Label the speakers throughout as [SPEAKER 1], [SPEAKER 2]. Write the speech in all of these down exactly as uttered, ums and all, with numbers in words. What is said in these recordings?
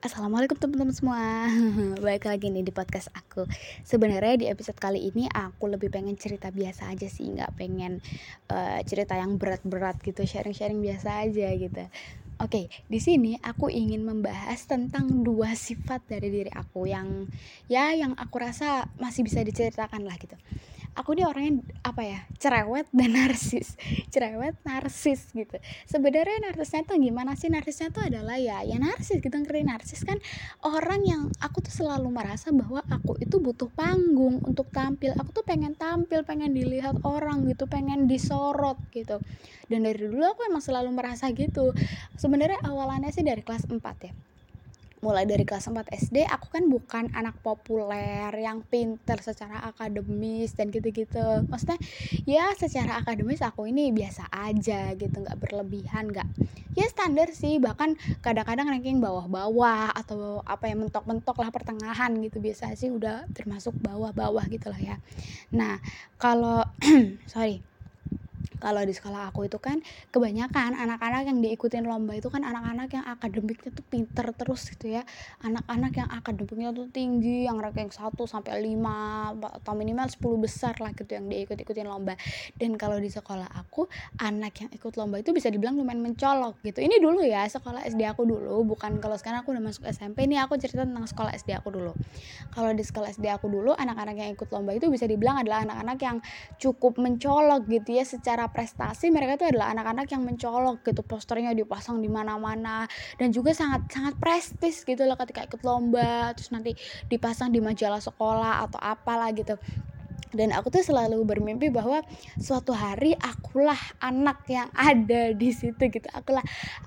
[SPEAKER 1] Assalamualaikum teman-teman semua. Balik lagi nih di podcast aku. Sebenarnya di episode kali ini aku lebih pengen cerita biasa aja sih, nggak pengen uh, cerita yang berat-berat gitu, sharing-sharing biasa aja gitu. Oke, di sini aku ingin membahas tentang dua sifat dari diri aku yang ya yang aku rasa masih bisa diceritakan lah gitu. Aku nih orangnya apa ya, cerewet dan narsis. Cerewet, narsis gitu. Sebenarnya narsisnya tuh gimana sih? Narsisnya tuh adalah ya ya narsis gitu. Ngerti narsis kan orang yang aku tuh selalu merasa bahwa aku itu butuh panggung untuk tampil. Aku tuh pengen tampil, pengen dilihat orang gitu, pengen disorot gitu. Dan dari dulu aku emang selalu merasa gitu. Sebenarnya awalannya sih dari kelas empat ya. Mulai dari kelas empat S D aku kan bukan anak populer yang pinter secara akademis dan gitu-gitu. Maksudnya ya secara akademis aku ini biasa aja gitu, nggak berlebihan, nggak ya standar sih, bahkan kadang-kadang ranking bawah-bawah atau apa ya, mentok-mentok lah, pertengahan gitu, biasa sih udah termasuk bawah-bawah gitu lah ya. Nah kalau sorry kalau di sekolah aku itu kan kebanyakan anak-anak yang diikutin lomba itu kan anak-anak yang akademiknya tuh pinter terus gitu ya, anak-anak yang akademiknya tuh tinggi, yang ranking satu sampai lima atau minimal sepuluh besar lah gitu yang diikut-ikutin lomba. Dan kalau di sekolah aku, anak yang ikut lomba itu bisa dibilang lumayan mencolok gitu. Ini dulu ya, sekolah S D aku dulu, bukan kalau sekarang aku udah masuk S M P. Ini aku cerita tentang sekolah S D aku dulu. Kalau di sekolah S D aku dulu, anak-anak yang ikut lomba itu bisa dibilang adalah anak-anak yang cukup mencolok gitu ya, secara prestasi mereka itu adalah anak-anak yang mencolok gitu, posternya dipasang di mana-mana dan juga sangat sangat prestis gitu loh ketika ikut lomba, terus nanti dipasang di majalah sekolah atau apalah gitu. Dan aku tuh selalu bermimpi bahwa suatu hari akulah anak yang ada di situ gitu, akulah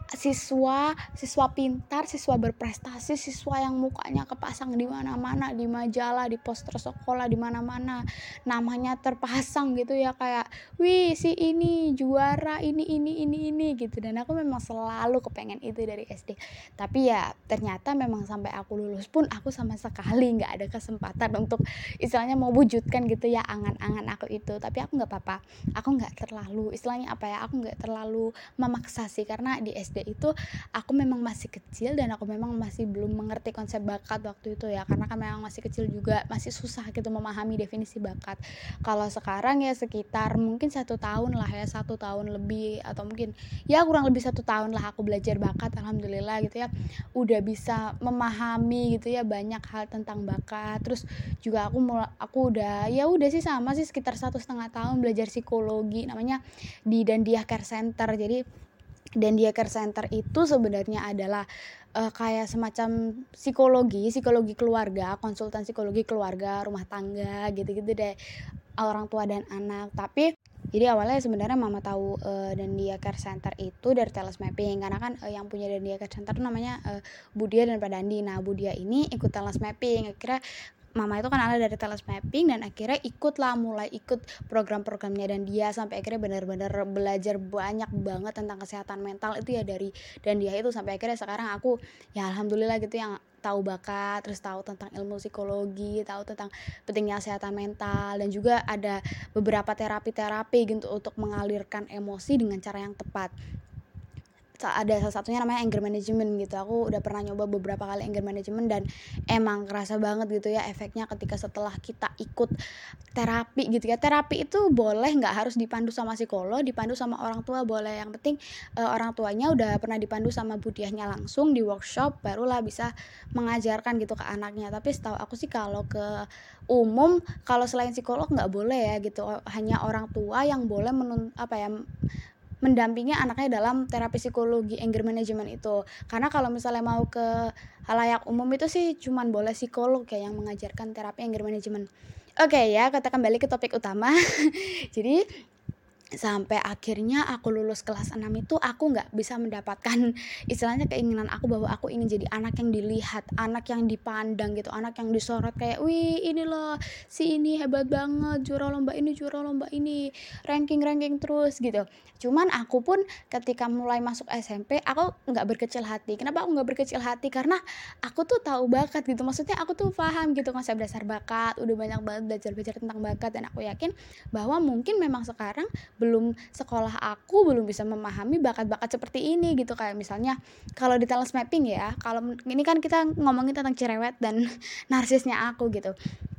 [SPEAKER 1] siswa siswa pintar, siswa berprestasi, siswa yang mukanya kepasang di mana-mana, di majalah, di poster sekolah, di mana-mana namanya terpasang gitu ya, kayak wih si ini juara ini ini ini ini gitu. Dan aku memang selalu kepengen itu dari S D, tapi ya ternyata memang sampai aku lulus pun aku sama sekali nggak ada kesempatan untuk istilahnya mewujudkan gitu ya angan-angan aku itu. Tapi aku nggak apa-apa, aku nggak terlalu istilahnya apa ya, aku nggak terlalu memaksa sih, karena di S D itu aku memang masih kecil dan aku memang masih belum mengerti konsep bakat waktu itu ya, karena kan memang masih kecil juga, masih susah gitu memahami definisi bakat. Kalau sekarang ya sekitar mungkin satu tahun lah ya, satu tahun lebih atau mungkin ya kurang lebih satu tahun lah aku belajar bakat, alhamdulillah gitu ya, udah bisa memahami gitu ya banyak hal tentang bakat. Terus juga aku mulai aku udah ya udah sih sama sih sekitar satu setengah tahun belajar psikologi namanya di Dandia Care Center. Jadi Dandia Care Center itu sebenarnya adalah uh, kayak semacam psikologi psikologi keluarga, konsultan psikologi keluarga, rumah tangga gitu-gitu deh, orang tua dan anak. Tapi jadi awalnya sebenarnya mama tahu uh, Dandia Care Center itu dari Teles Mapping, karena kan uh, yang punya Dandia Care Center itu namanya uh, Budia dan Pak Dandi. Nah Budia ini ikut Teles Mapping, akhirnya mama itu kan ada dari Teles Mapping dan akhirnya ikut lah, mulai ikut program-programnya dan dia sampai akhirnya benar-benar belajar banyak banget tentang kesehatan mental itu ya dari dan dia itu, sampai akhirnya sekarang aku ya alhamdulillah gitu yang tahu bakat, terus tahu tentang ilmu psikologi, tahu tentang pentingnya kesehatan mental, dan juga ada beberapa terapi-terapi gitu untuk mengalirkan emosi dengan cara yang tepat. Ada salah satunya namanya anger management gitu. Aku udah pernah nyoba beberapa kali anger management dan emang kerasa banget gitu ya efeknya ketika setelah kita ikut terapi gitu ya. Terapi itu boleh nggak harus dipandu sama psikolog, dipandu sama orang tua boleh, yang penting e, orang tuanya udah pernah dipandu sama budiahnya langsung di workshop, barulah bisa mengajarkan gitu ke anaknya. Tapi setahu aku sih kalau ke umum, kalau selain psikolog nggak boleh ya gitu, hanya orang tua yang boleh menun apa ya mendampingi anaknya dalam terapi psikologi anger management itu. Karena kalau misalnya mau ke halayak umum itu sih cuman boleh psikolog kayak yang mengajarkan terapi anger management. Oke ya, kita kembali ke topik utama. Jadi sampai akhirnya aku lulus kelas enam itu aku nggak bisa mendapatkan istilahnya keinginan aku bahwa aku ingin jadi anak yang dilihat, anak yang dipandang gitu, anak yang disorot kayak wih ini loh si ini hebat banget, juara lomba ini, juara lomba ini, ranking-ranking terus gitu. Cuman aku pun ketika mulai masuk S M P aku nggak berkecil hati. Kenapa aku nggak berkecil hati? Karena aku tuh tahu bakat gitu, maksudnya aku tuh paham gitu konsep dasar bakat, udah banyak banget belajar-belajar tentang bakat, dan aku yakin bahwa mungkin memang sekarang belum sekolah aku belum bisa memahami bakat-bakat seperti ini gitu. Kayak misalnya kalau di talent mapping ya, kalau ini kan kita ngomongin tentang cerewet dan narsisnya aku gitu.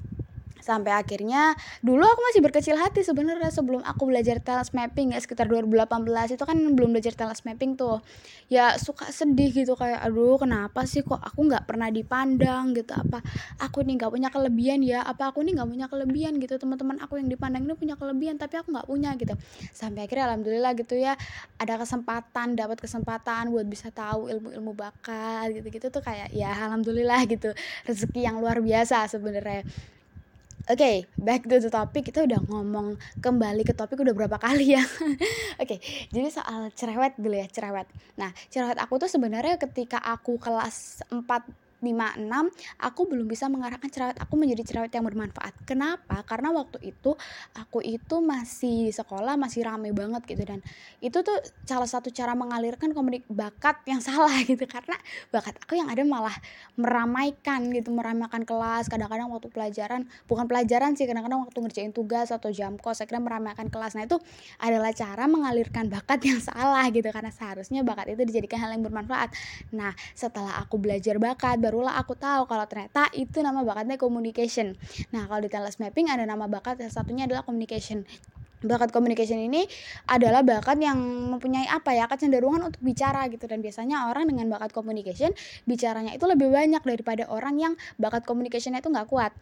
[SPEAKER 1] Sampai akhirnya dulu aku masih berkecil hati sebenarnya sebelum aku belajar talent mapping ya, sekitar dua ribu delapan belas itu kan belum belajar talent mapping tuh. Ya suka sedih gitu kayak aduh kenapa sih kok aku nggak pernah dipandang gitu, apa aku nih nggak punya kelebihan ya, apa aku nih nggak punya kelebihan gitu, teman-teman aku yang dipandang ini punya kelebihan tapi aku nggak punya gitu. Sampai akhirnya alhamdulillah gitu ya, ada kesempatan, dapat kesempatan buat bisa tahu ilmu-ilmu bakat gitu-gitu tuh kayak ya alhamdulillah gitu, rezeki yang luar biasa sebenarnya. Oke, okay, back to the topic. Kita udah ngomong kembali ke topik udah berapa kali ya. Oke, okay, jadi soal cerewet dulu ya, cerewet. Nah, cerewet aku tuh sebenarnya ketika aku kelas empat, lima, enam, aku belum bisa mengarahkan cerewet aku menjadi cerewet yang bermanfaat. Kenapa? Karena waktu itu aku itu masih di sekolah, masih rame banget gitu, dan itu tuh salah satu cara mengalirkan komunik bakat yang salah gitu, karena bakat aku yang ada malah meramaikan gitu, meramaikan kelas. Kadang-kadang waktu pelajaran, bukan pelajaran sih, kadang-kadang waktu ngerjain tugas atau jam kos, saya kira meramaikan kelas. Nah, itu adalah cara mengalirkan bakat yang salah gitu, karena seharusnya bakat itu dijadikan hal yang bermanfaat. Nah, setelah aku belajar bakat, barulah aku tahu kalau ternyata itu nama bakatnya communication. Nah, kalau di talent mapping ada nama bakat, salah satunya adalah communication. Bakat communication ini adalah bakat yang mempunyai apa ya, kecenderungan untuk bicara gitu, dan biasanya orang dengan bakat communication bicaranya itu lebih banyak daripada orang yang bakat communication-nya itu nggak kuat.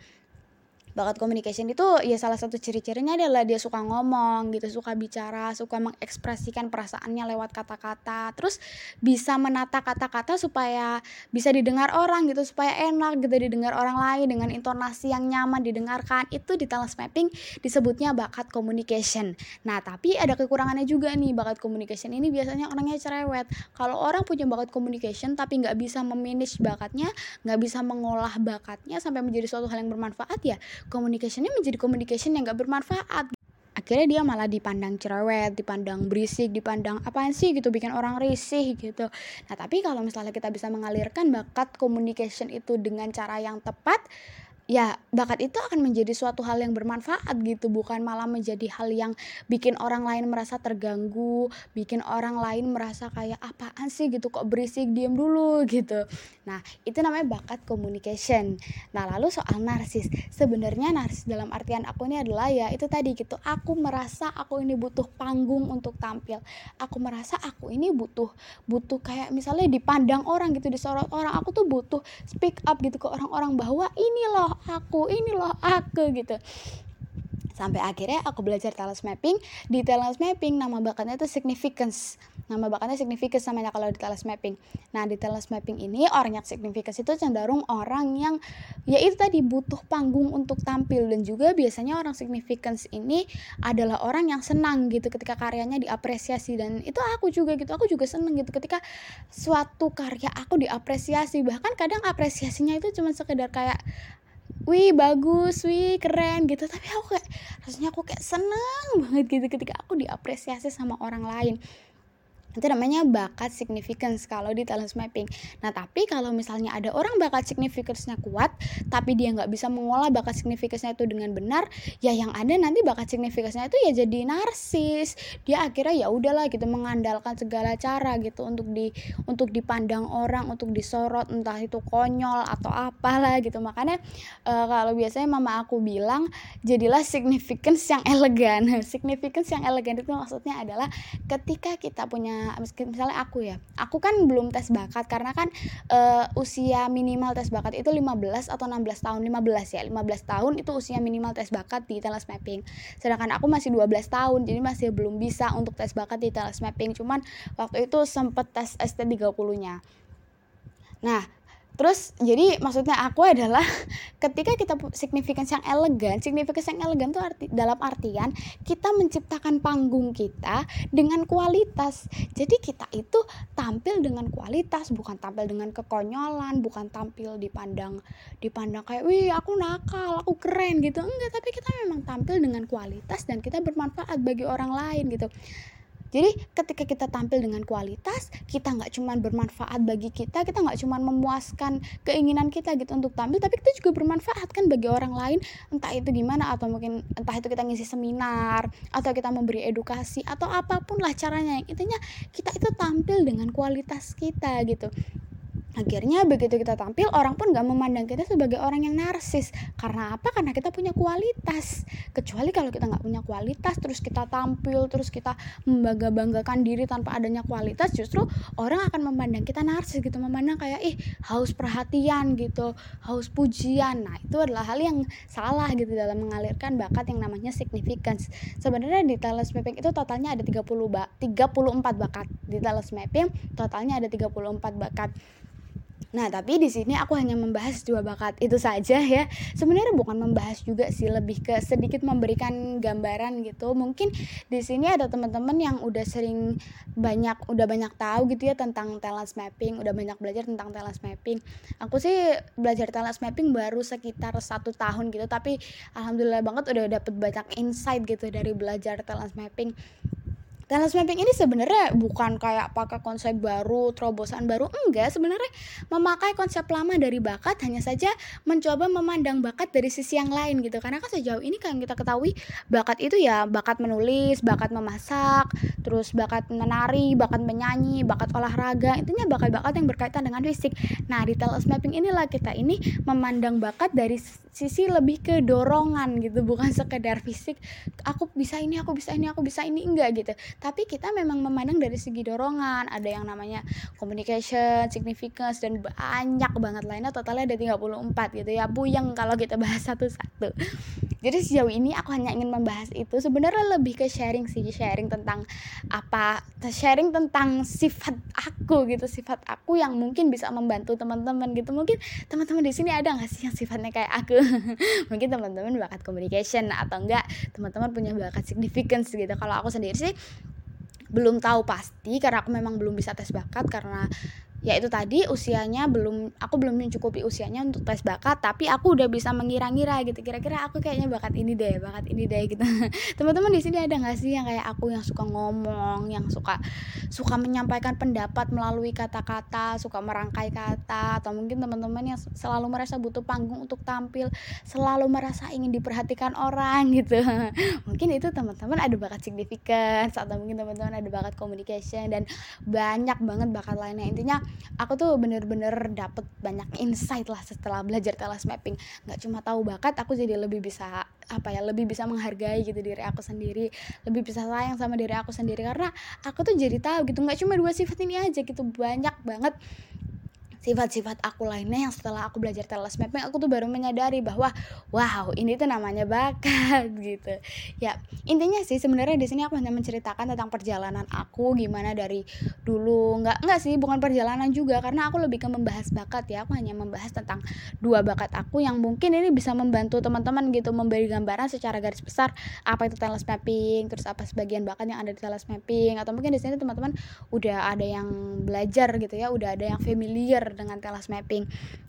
[SPEAKER 1] Bakat communication itu ya salah satu ciri-cirinya adalah dia suka ngomong gitu, suka bicara, suka mengekspresikan perasaannya lewat kata-kata, terus bisa menata kata-kata supaya bisa didengar orang gitu, supaya enak gitu didengar orang lain dengan intonasi yang nyaman didengarkan. Itu di talent mapping disebutnya bakat communication. Nah, tapi ada kekurangannya juga nih, bakat communication ini biasanya orangnya cerewet. Kalau orang punya bakat communication tapi nggak bisa memanage bakatnya, nggak bisa mengolah bakatnya sampai menjadi suatu hal yang bermanfaat, ya communication-nya menjadi communication yang gak bermanfaat. Akhirnya dia malah dipandang cerewet, dipandang berisik, dipandang apaan sih gitu, bikin orang risih gitu. Nah, tapi kalau misalnya kita bisa mengalirkan bakat communication itu dengan cara yang tepat, ya bakat itu akan menjadi suatu hal yang bermanfaat gitu, bukan malah menjadi hal yang bikin orang lain merasa terganggu, bikin orang lain merasa kayak apaan sih gitu, kok berisik, diem dulu gitu. Nah, itu namanya bakat communication. Nah, lalu soal narsis, sebenarnya narsis dalam artian aku ini adalah ya itu tadi gitu, aku merasa aku ini butuh panggung untuk tampil, aku merasa aku ini butuh butuh kayak misalnya dipandang orang gitu, disorot orang, aku tuh butuh speak up gitu ke orang-orang bahwa ini loh aku, ini loh aku gitu. Sampai akhirnya aku belajar talent mapping. Di talent mapping nama bakatnya itu significance. Nama bakatnya significance namanya kalau di talent mapping. Nah, di talent mapping ini orang yang significance itu cenderung orang yang ya itu tadi butuh panggung untuk tampil, dan juga biasanya orang significance ini adalah orang yang senang gitu ketika karyanya diapresiasi, dan itu aku juga gitu. Aku juga senang gitu ketika suatu karya aku diapresiasi. Bahkan kadang apresiasinya itu cuma sekedar kayak wih bagus, wih keren gitu, tapi aku kayak rasanya aku kayak seneng banget gitu ketika aku diapresiasi sama orang lain. Itu namanya bakat significance kalau di talent mapping. Nah, tapi kalau misalnya ada orang bakat significance-nya kuat tapi dia nggak bisa mengolah bakat significance-nya itu dengan benar, ya yang ada nanti bakat significance-nya itu ya jadi narsis. Dia akhirnya ya udahlah gitu, mengandalkan segala cara gitu untuk di untuk dipandang orang, untuk disorot, entah itu konyol atau apalah gitu. Makanya e, kalau biasanya mama aku bilang jadilah significance yang elegan. Significance yang elegan itu maksudnya adalah ketika kita punya, misalnya aku ya, aku kan belum tes bakat karena kan uh, usia minimal tes bakat itu lima belas atau enam belas tahun, lima belas ya, lima belas tahun itu usia minimal tes bakat di talent mapping. Sedangkan aku masih dua belas tahun, jadi masih belum bisa untuk tes bakat di talent mapping. Cuman waktu itu sempet tes S T tiga puluh-nya. Nah, terus jadi maksudnya aku adalah ketika kita significance yang elegan, significance yang elegan tuh arti, dalam artian kita menciptakan panggung kita dengan kualitas. Jadi kita itu tampil dengan kualitas, bukan tampil dengan kekonyolan, bukan tampil dipandang dipandang kayak wih aku nakal, aku keren gitu. Enggak, tapi kita memang tampil dengan kualitas dan kita bermanfaat bagi orang lain gitu. Jadi ketika kita tampil dengan kualitas, kita nggak cuman bermanfaat bagi kita, kita nggak cuman memuaskan keinginan kita gitu untuk tampil, tapi kita juga bermanfaat kan bagi orang lain, entah itu gimana, atau mungkin entah itu kita ngisi seminar, atau kita memberi edukasi, atau apapun lah caranya. Intinya kita itu tampil dengan kualitas kita gitu. Akhirnya begitu kita tampil, orang pun gak memandang kita sebagai orang yang narsis. Karena apa? Karena kita punya kualitas. Kecuali kalau kita gak punya kualitas, terus kita tampil, terus kita membangga-banggakan diri tanpa adanya kualitas, justru orang akan memandang kita narsis gitu. Memandang kayak, ih haus perhatian gitu, haus pujian. Nah itu adalah hal yang salah gitu dalam mengalirkan bakat yang namanya significance. Sebenarnya di talent mapping itu totalnya ada tiga puluh ba- tiga puluh empat bakat. Di talent mapping totalnya ada tiga puluh empat bakat. Nah, tapi di sini aku hanya membahas dua bakat itu saja ya. Sebenarnya bukan membahas juga sih, lebih ke sedikit memberikan gambaran gitu. Mungkin di sini ada teman-teman yang udah sering banyak udah banyak tahu gitu ya tentang talent mapping, udah banyak belajar tentang talent mapping. Aku sih belajar talent mapping baru sekitar satu tahun gitu, tapi alhamdulillah banget udah dapet banyak insight gitu dari belajar talent mapping. Talent mapping ini sebenarnya bukan kayak pakai konsep baru, terobosan baru, enggak. Sebenarnya memakai konsep lama dari bakat, hanya saja mencoba memandang bakat dari sisi yang lain gitu. Karena kan sejauh ini kan kita ketahui bakat itu ya bakat menulis, bakat memasak, terus bakat menari, bakat menyanyi, bakat olahraga. Intinya bakat-bakat yang berkaitan dengan fisik. Nah, di talent mapping inilah kita ini memandang bakat dari sisi lebih ke dorongan gitu, bukan sekedar fisik. Aku bisa ini, aku bisa ini, aku bisa ini, enggak gitu. Tapi kita memang memandang dari segi dorongan. Ada yang namanya communication, significance, dan banyak banget lainnya. Totalnya ada tiga puluh empat gitu ya, puyeng kalau kita bahas satu-satu. Jadi sejauh ini aku hanya ingin membahas itu. Sebenarnya lebih ke sharing sih, sharing tentang apa, sharing tentang sifat aku gitu, sifat aku yang mungkin bisa membantu teman-teman gitu. Mungkin teman-teman di sini ada nggak sih yang sifatnya kayak aku? Mungkin teman-teman bakat communication, atau enggak teman-teman punya bakat significance gitu. Kalau aku sendiri sih belum tahu pasti, karena aku memang belum bisa tes bakat, karena ya itu tadi usianya belum, aku belum mencukupi usianya untuk tes bakat. Tapi aku udah bisa mengira-ngira gitu, kira-kira aku kayaknya bakat ini deh, bakat ini deh gitu. Teman-teman di sini ada nggak sih yang kayak aku, yang suka ngomong, yang suka suka menyampaikan pendapat melalui kata-kata, suka merangkai kata, atau mungkin teman-teman yang selalu merasa butuh panggung untuk tampil, selalu merasa ingin diperhatikan orang gitu. Mungkin itu teman-teman ada bakat significance, atau mungkin teman-teman ada bakat communication, dan banyak banget bakat lainnya. Intinya aku tuh bener-bener dapet banyak insight lah setelah belajar talent mapping. Nggak cuma tahu bakat, aku jadi lebih bisa apa ya, lebih bisa menghargai gitu diri aku sendiri, lebih bisa sayang sama diri aku sendiri, karena aku tuh jadi tahu gitu, nggak cuma dua sifat ini aja gitu, banyak banget sifat-sifat aku lainnya yang setelah aku belajar talent mapping aku tuh baru menyadari bahwa wow, ini tuh namanya bakat gitu. Ya, intinya sih sebenarnya di sini aku hanya menceritakan tentang perjalanan aku gimana dari dulu. Nggak nggak sih, bukan perjalanan juga, karena aku lebih ke membahas bakat ya. Aku hanya membahas tentang dua bakat aku yang mungkin ini bisa membantu teman-teman gitu, memberi gambaran secara garis besar apa itu talent mapping, terus apa sebagian bakat yang ada di talent mapping, atau mungkin di sini teman-teman udah ada yang belajar gitu ya, udah ada yang familiar dengan talent mapping.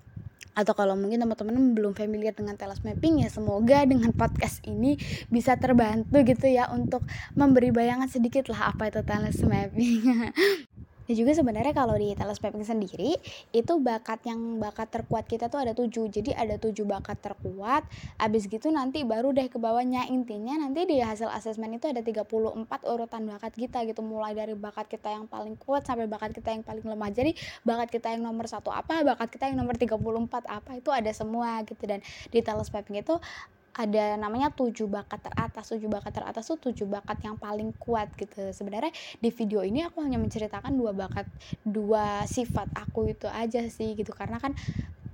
[SPEAKER 1] Atau kalau mungkin teman-teman belum familiar dengan talent mapping, ya semoga dengan podcast ini bisa terbantu gitu ya untuk memberi bayangan sedikit lah apa itu talent mapping. Dan juga sebenarnya kalau di talent mapping sendiri itu bakat yang bakat terkuat kita tuh ada tujuh. Jadi ada tujuh bakat terkuat. Abis gitu nanti baru deh ke bawahnya. Intinya nanti di hasil asesmen itu ada tiga puluh empat urutan bakat kita gitu, mulai dari bakat kita yang paling kuat sampai bakat kita yang paling lemah. Jadi bakat kita yang nomor satu apa, bakat kita yang nomor tiga puluh empat apa, itu ada semua gitu. Dan di talent mapping itu ada namanya tujuh bakat teratas. Tujuh bakat teratas tuh tujuh bakat yang paling kuat gitu. Sebenarnya di video ini aku hanya menceritakan dua bakat, dua sifat aku itu aja sih gitu, karena kan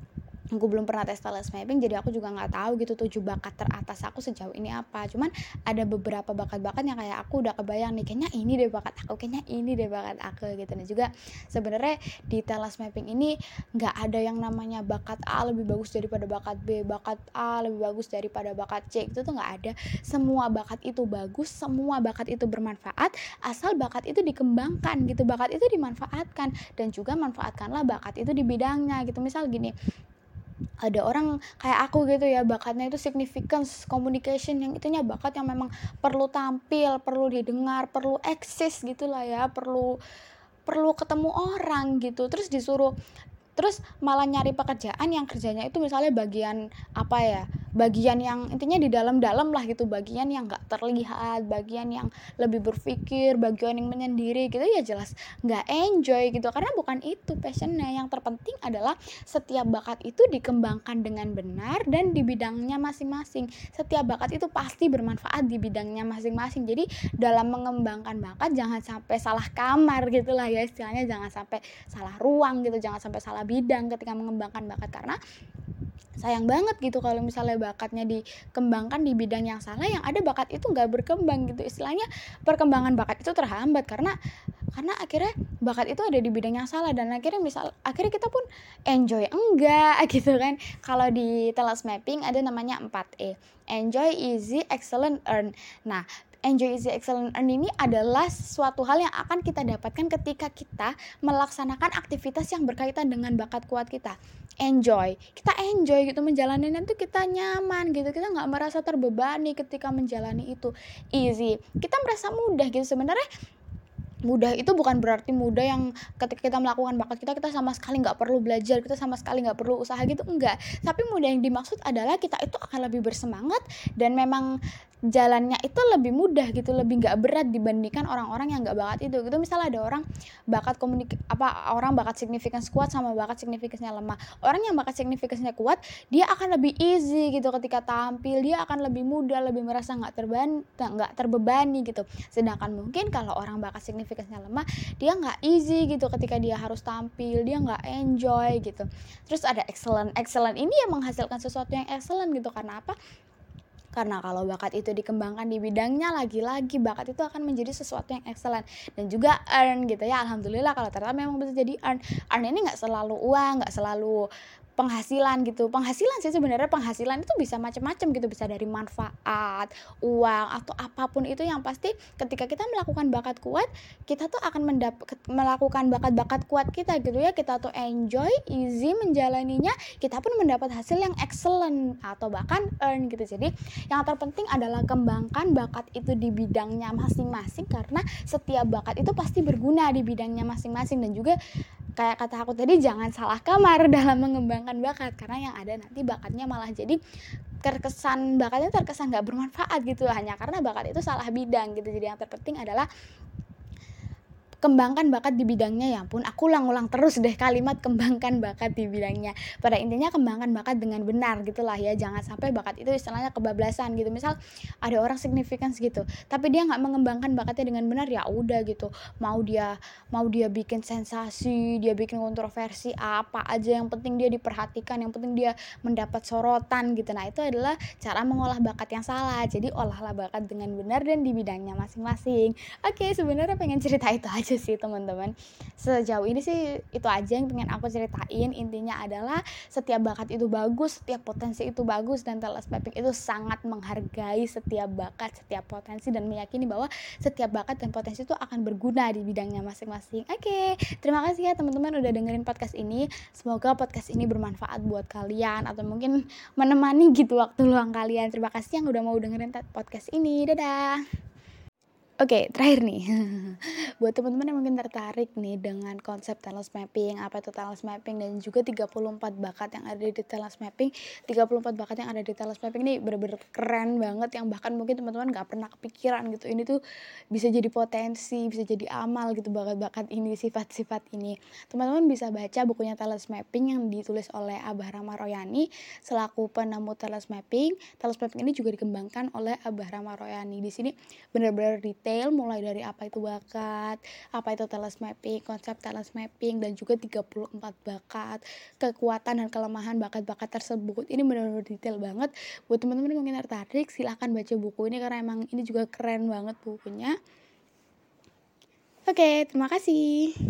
[SPEAKER 1] aku belum pernah tes talent mapping, jadi aku juga nggak tahu gitu tujuh bakat teratas aku sejauh ini apa. Cuman ada beberapa bakat-bakat yang kayak aku udah kebayang nih, kayaknya ini deh bakat aku, kayaknya ini deh bakat aku gitu. Dan juga sebenarnya di talent mapping ini nggak ada yang namanya bakat A lebih bagus daripada bakat B, bakat A lebih bagus daripada bakat C, itu tuh nggak ada. Semua bakat itu bagus, semua bakat itu bermanfaat, asal bakat itu dikembangkan gitu, bakat itu dimanfaatkan, dan juga manfaatkanlah bakat itu di bidangnya gitu. Misal gini, ada orang kayak aku gitu ya, bakatnya itu significance communication, yang itunya bakat yang memang perlu tampil, perlu didengar, perlu eksis gitulah ya, perlu perlu ketemu orang gitu, terus disuruh terus malah nyari pekerjaan yang kerjanya itu misalnya bagian apa ya, bagian yang intinya di dalam-dalam lah gitu, bagian yang nggak terlihat, bagian yang lebih berpikir, bagian yang menyendiri gitu, ya jelas nggak enjoy gitu, karena bukan itu passionnya. Yang terpenting adalah setiap bakat itu dikembangkan dengan benar dan di bidangnya masing-masing. Setiap bakat itu pasti bermanfaat di bidangnya masing-masing. Jadi dalam mengembangkan bakat jangan sampai salah kamar gitulah ya istilahnya, jangan sampai salah ruang gitu, jangan sampai salah bidang ketika mengembangkan bakat, karena sayang banget gitu kalau misalnya bakatnya dikembangkan di bidang yang salah, yang ada bakat itu nggak berkembang gitu, istilahnya perkembangan bakat itu terhambat karena karena akhirnya bakat itu ada di bidang yang salah, dan akhirnya misal akhirnya kita pun enjoy enggak gitu kan. Kalau di task mapping ada namanya empat E, enjoy, easy, excellent, earn. Nah, enjoy, easy, excellent, earn ini adalah suatu hal yang akan kita dapatkan ketika kita melaksanakan aktivitas yang berkaitan dengan bakat kuat kita. Enjoy, kita enjoy gitu menjalaninya, tuh kita nyaman gitu, kita nggak merasa terbebani ketika menjalani itu. Easy, kita merasa mudah gitu. Sebenarnya mudah itu bukan berarti mudah yang ketika kita melakukan bakat kita kita sama sekali nggak perlu belajar, kita sama sekali nggak perlu usaha gitu, enggak. Tapi mudah yang dimaksud adalah kita itu akan lebih bersemangat dan memang jalannya itu lebih mudah gitu, lebih nggak berat dibandingkan orang-orang yang nggak bakat itu gitu. Misalnya ada orang bakat komunik apa orang bakat significance kuat sama bakat significance-nya lemah. Orang yang bakat significance-nya kuat dia akan lebih easy gitu ketika tampil, dia akan lebih mudah, lebih merasa nggak terban nggak terbebani gitu. Sedangkan mungkin kalau orang bakat significance-nya lemah, dia nggak easy gitu ketika dia harus tampil, dia nggak enjoy gitu. Terus ada excellent, excellent ini yang menghasilkan sesuatu yang excellent gitu. Karena apa? Karena kalau bakat itu dikembangkan di bidangnya, lagi-lagi bakat itu akan menjadi sesuatu yang excellent. Dan juga earn gitu ya, alhamdulillah kalau ternyata memang bisa jadi earn. Earn ini gak selalu uang, gak selalu penghasilan gitu. Penghasilan sih sebenarnya, penghasilan itu bisa macam-macam gitu, bisa dari manfaat, uang, atau apapun itu. Yang pasti ketika kita melakukan bakat kuat, kita tuh akan mendapat melakukan bakat-bakat kuat kita gitu ya, kita tuh enjoy, easy menjalaninya, kita pun mendapat hasil yang excellent atau bahkan earn gitu. Jadi yang terpenting adalah kembangkan bakat itu di bidangnya masing-masing, karena setiap bakat itu pasti berguna di bidangnya masing-masing. Dan juga kayak kata aku tadi, jangan salah kamar dalam mengembangkan bakat, karena yang ada nanti bakatnya malah jadi terkesan bakatnya terkesan nggak bermanfaat gitu, hanya karena bakat itu salah bidang gitu. Jadi yang terpenting adalah kembangkan bakat di bidangnya. Ya ampun, aku ulang-ulang terus deh kalimat kembangkan bakat di bidangnya. Pada intinya kembangkan bakat dengan benar gitulah ya, jangan sampai bakat itu istilahnya kebablasan gitu. Misal ada orang significance gitu, tapi dia nggak mengembangkan bakatnya dengan benar, ya udah gitu, mau dia mau dia bikin sensasi, dia bikin kontroversi apa aja, yang penting dia diperhatikan, yang penting dia mendapat sorotan gitu. Nah itu adalah cara mengolah bakat yang salah. Jadi olahlah bakat dengan benar dan di bidangnya masing-masing. Oke, sebenarnya pengen cerita itu aja sih teman-teman. Sejauh ini sih itu aja yang pengen aku ceritain. Intinya adalah setiap bakat itu bagus, setiap potensi itu bagus, dan task mapping itu sangat menghargai setiap bakat, setiap potensi, dan meyakini bahwa setiap bakat dan potensi itu akan berguna di bidangnya masing-masing. Oke, terima kasih ya teman-teman udah dengerin podcast ini. Semoga podcast ini bermanfaat buat kalian atau mungkin menemani gitu waktu luang kalian. Terima kasih yang udah mau dengerin podcast ini. Dadah. Oke, terakhir nih, buat teman-teman yang mungkin tertarik nih dengan konsep task mapping, apa itu task mapping, dan juga tiga puluh empat bakat yang ada di task mapping. tiga puluh empat bakat yang ada di task mapping ini bener-bener keren banget, yang bahkan mungkin teman-teman gak pernah kepikiran gitu. Ini tuh bisa jadi potensi, bisa jadi amal gitu, bakat-bakat ini, sifat-sifat ini. Teman-teman bisa baca bukunya task mapping yang ditulis oleh Abah Rama Royani selaku penemu task mapping. Task mapping ini juga dikembangkan oleh Abah Rama Royani. Di sini benar-benar detail mulai dari apa itu bakat, apa itu task mapping, konsep task mapping, dan juga tiga puluh empat bakat, kekuatan dan kelemahan bakat-bakat tersebut. Ini benar-benar detail banget. Buat teman-teman yang mungkin tertarik, silahkan baca buku ini karena emang ini juga keren banget bukunya. Oke, terima kasih.